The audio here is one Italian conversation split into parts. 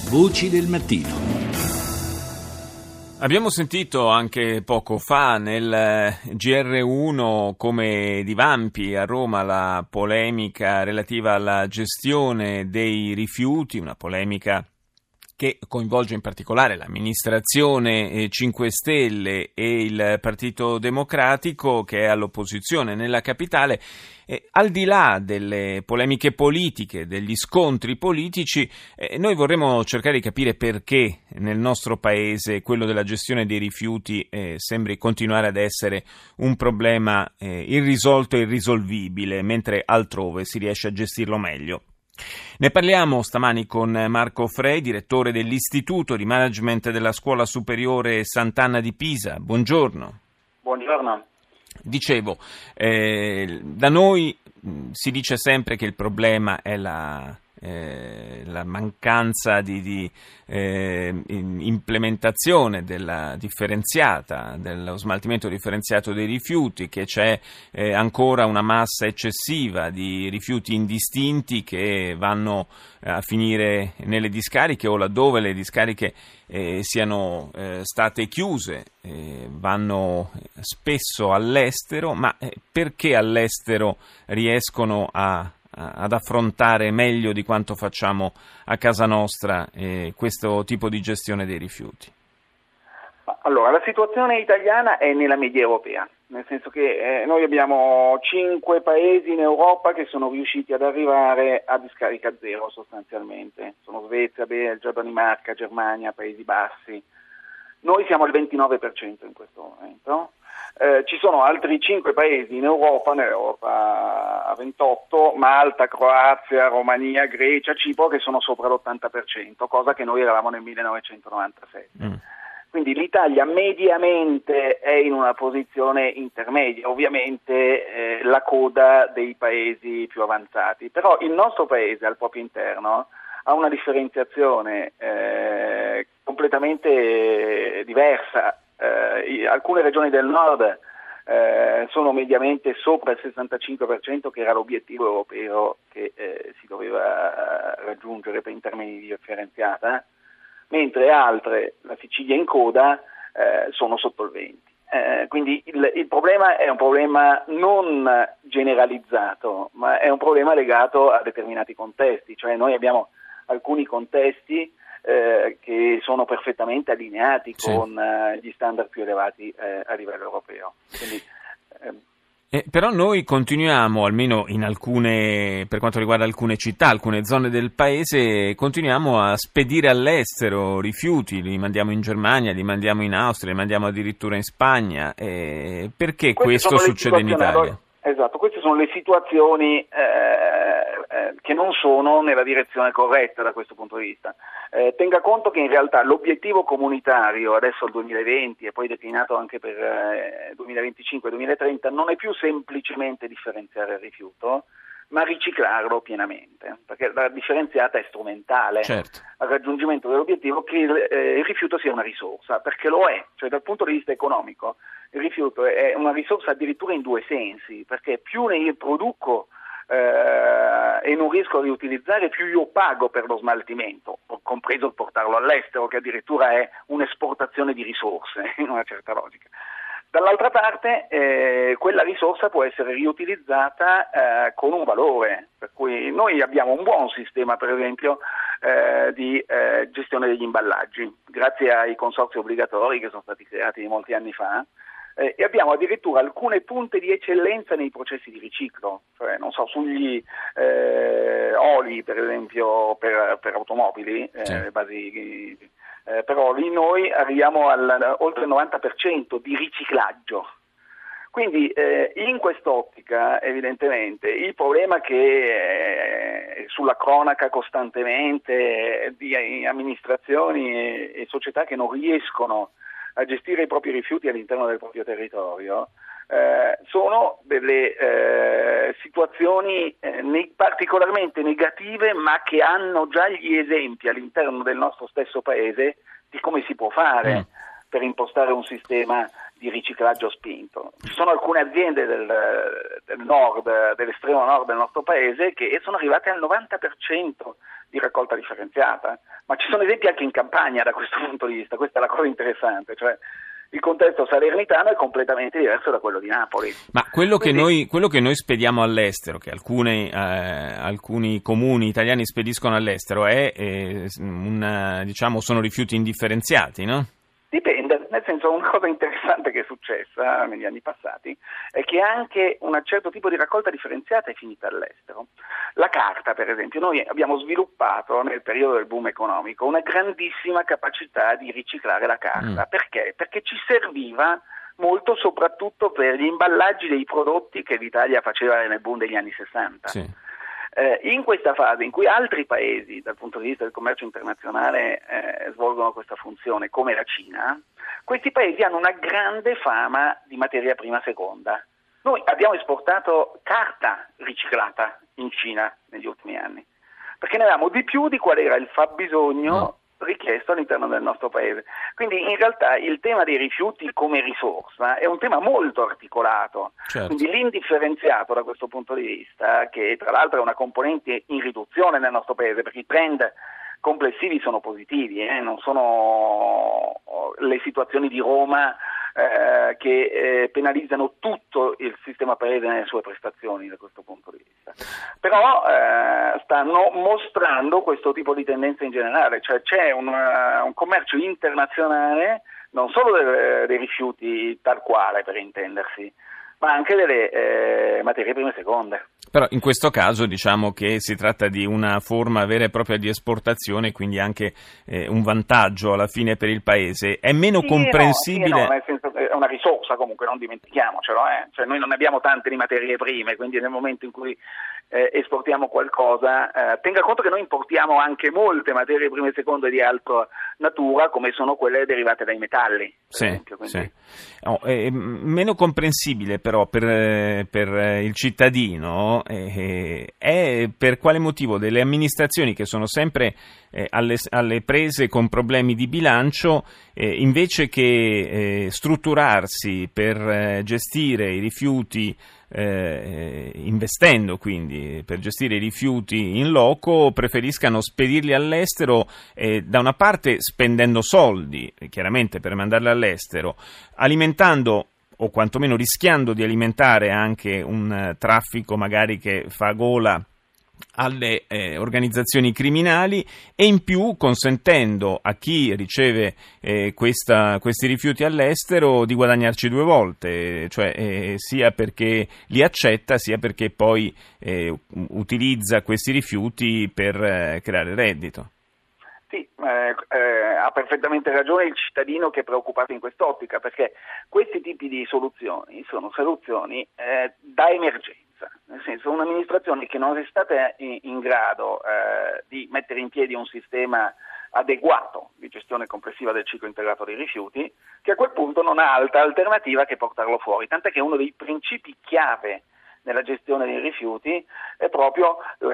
Voci del mattino. Abbiamo sentito anche poco fa nel GR1 come divampi a Roma la polemica relativa alla gestione dei rifiuti, una polemica che coinvolge in particolare l'amministrazione 5 Stelle e il Partito Democratico, che è all'opposizione nella capitale. Al di là delle polemiche politiche, degli scontri politici, noi vorremmo cercare di capire perché nel nostro paese quello della gestione dei rifiuti sembri continuare ad essere un problema irrisolto e irrisolvibile, mentre altrove si riesce a gestirlo meglio. Ne parliamo stamani con Marco Frey, direttore dell'Istituto di Management della Scuola Superiore Sant'Anna di Pisa. Buongiorno. Buongiorno. Dicevo, da noi si dice sempre che il problema è la mancanza di implementazione della differenziata, dello smaltimento differenziato dei rifiuti, che c'è ancora una massa eccessiva di rifiuti indistinti che vanno a finire nelle discariche, o laddove le discariche siano state chiuse, vanno spesso all'estero. Ma perché all'estero riescono ad affrontare meglio di quanto facciamo a casa nostra questo tipo di gestione dei rifiuti? Allora, la situazione italiana è nella media europea, nel senso che noi abbiamo 5 paesi in Europa che sono riusciti ad arrivare a discarica zero sostanzialmente. Sono Svezia, Belgio, Danimarca, Germania, Paesi Bassi. Noi siamo al 29% in questo momento. Ci sono altri 5 paesi nell'Europa a 28, Malta, Croazia, Romania, Grecia, Cipro, che sono sopra l'80%, cosa che noi eravamo nel 1997. Quindi l'Italia mediamente è in una posizione intermedia, ovviamente la coda dei paesi più avanzati, però il nostro paese al proprio interno ha una differenziazione completamente diversa. Alcune regioni del nord sono mediamente sopra il 65%, che era l'obiettivo europeo che si doveva raggiungere in termini di differenziata, mentre altre, la Sicilia in coda, sono sotto il 20%. Quindi il problema è un problema non generalizzato, ma è un problema legato a determinati contesti, cioè noi abbiamo alcuni contesti che sono perfettamente allineati con gli standard più elevati a livello europeo. Quindi, però noi continuiamo, almeno in alcune, per quanto riguarda alcune città, alcune zone del paese, continuiamo a spedire all'estero rifiuti, li mandiamo in Germania, li mandiamo in Austria, li mandiamo addirittura in Spagna. Perché questo succede in Italia? Esatto, queste sono le situazioni che non sono nella direzione corretta da questo punto di vista. Tenga conto che in realtà l'obiettivo comunitario adesso al 2020 e poi declinato anche per 2025-2030 non è più semplicemente differenziare il rifiuto, ma riciclarlo pienamente, perché la differenziata è strumentale al raggiungimento dell'obiettivo che il rifiuto sia una risorsa, perché lo è, cioè dal punto di vista economico il rifiuto è una risorsa addirittura in due sensi, perché più ne produco e non riesco a riutilizzare, più io pago per lo smaltimento, compreso il portarlo all'estero, che addirittura è un'esportazione di risorse in una certa logica. Dall'altra parte quella risorsa può essere riutilizzata con un valore, per cui noi abbiamo un buon sistema, per esempio, di gestione degli imballaggi, grazie ai consorzi obbligatori che sono stati creati molti anni fa, e abbiamo addirittura alcune punte di eccellenza nei processi di riciclo, cioè non so, sugli oli per esempio per automobili, basi per oli, noi arriviamo oltre il 90% di riciclaggio. Quindi in quest'ottica evidentemente il problema che è sulla cronaca costantemente di amministrazioni e società che non riescono a gestire i propri rifiuti all'interno del proprio territorio, sono delle situazioni particolarmente negative, ma che hanno già gli esempi all'interno del nostro stesso paese di come si può fare per impostare un sistema di riciclaggio spinto. Ci sono alcune aziende del nord, dell'estremo nord del nostro paese, che sono arrivate al 90% di raccolta differenziata, ma ci sono esempi anche in Campania da questo punto di vista, questa è la cosa interessante, cioè il contesto salernitano è completamente diverso da quello di Napoli. Ma quello che noi spediamo all'estero, che alcuni comuni italiani spediscono all'estero, sono rifiuti indifferenziati, no? Dipende, nel senso, una cosa interessante che è successa negli anni passati è che anche un certo tipo di raccolta differenziata è finita all'estero. La carta, per esempio, noi abbiamo sviluppato nel periodo del boom economico una grandissima capacità di riciclare la carta. Perché? Perché ci serviva molto soprattutto per gli imballaggi dei prodotti che l'Italia faceva nel boom degli anni 60. Sì. In questa fase in cui altri paesi dal punto di vista del commercio internazionale svolgono questa funzione, come la Cina, questi paesi hanno una grande fama di materia prima seconda. Noi abbiamo esportato carta riciclata in Cina negli ultimi anni, perché ne avevamo di più di qual era il fabbisogno richiesto all'interno del nostro paese. Quindi in realtà il tema dei rifiuti come risorsa è un tema molto articolato. Certo. Quindi l'indifferenziato da questo punto di vista, che tra l'altro è una componente in riduzione nel nostro paese, perché i trend complessivi sono positivi, non sono le situazioni di Roma che penalizzano tutto il sistema paese nelle sue prestazioni da questo punto di vista. Però stanno mostrando questo tipo di tendenza in generale, cioè c'è un commercio internazionale non solo dei rifiuti tal quale, per intendersi, ma anche delle materie prime e seconde. Però in questo caso diciamo che si tratta di una forma vera e propria di esportazione, quindi anche un vantaggio alla fine per il paese. È meno comprensibile... No, nel senso che è una risorsa comunque, non dimentichiamocelo. Cioè noi non abbiamo tante di materie prime, quindi nel momento in cui esportiamo qualcosa, tenga conto che noi importiamo anche molte materie prime e seconde di altra natura, come sono quelle derivate dai metalli. Sì. Meno comprensibile però per il cittadino è per quale motivo delle amministrazioni che sono sempre alle prese con problemi di bilancio, invece che strutturarsi per gestire i rifiuti, investendo quindi per gestire i rifiuti in loco, preferiscano spedirli all'estero, da una parte spendendo soldi chiaramente per mandarli all'estero, alimentando o quantomeno rischiando di alimentare anche un traffico magari che fa gola alle organizzazioni criminali, e in più consentendo a chi riceve questi rifiuti all'estero di guadagnarci due volte, cioè sia perché li accetta sia perché poi utilizza questi rifiuti per creare reddito. Sì, ha perfettamente ragione il cittadino che è preoccupato in quest'ottica, perché questi tipi di soluzioni sono soluzioni da emergenza. Nel senso, un'amministrazione che non è stata in grado di mettere in piedi un sistema adeguato di gestione complessiva del ciclo integrato dei rifiuti, che a quel punto non ha altra alternativa che portarlo fuori, tant'è che uno dei principi chiave nella gestione dei rifiuti è proprio la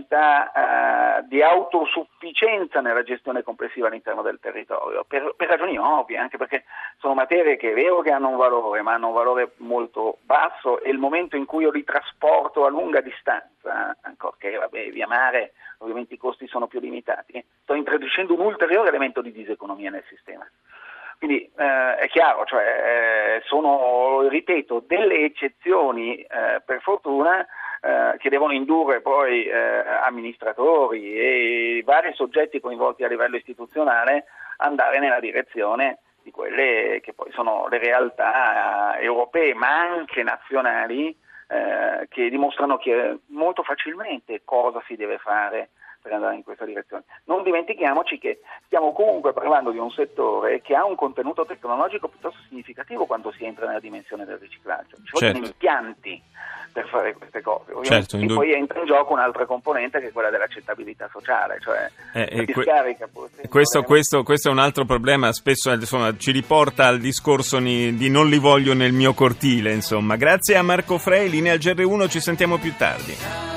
capacità di autosufficienza nella gestione complessiva all'interno del territorio, per ragioni ovvie, anche perché sono materie che è vero che hanno un valore, ma hanno un valore molto basso, e il momento in cui io li trasporto a lunga distanza, ancorché via mare ovviamente i costi sono più limitati, sto introducendo un ulteriore elemento di diseconomia nel sistema. Quindi è chiaro, cioè sono, ripeto, delle eccezioni per fortuna che devono indurre poi amministratori e vari soggetti coinvolti a livello istituzionale andare nella direzione di quelle che poi sono le realtà europee ma anche nazionali che dimostrano che molto facilmente cosa si deve fare per andare in questa direzione. Non dimentichiamoci che stiamo comunque parlando di un settore che ha un contenuto tecnologico piuttosto significativo quando si entra nella dimensione del riciclaggio. Ci vogliono impianti per fare queste cose. Ovviamente poi entra in gioco un'altra componente che è quella dell'accettabilità sociale, cioè la discarica. Questo è un altro problema, spesso insomma, ci riporta al discorso di non li voglio nel mio cortile. Insomma. Grazie a Marco Frey, linea GR1, ci sentiamo più tardi.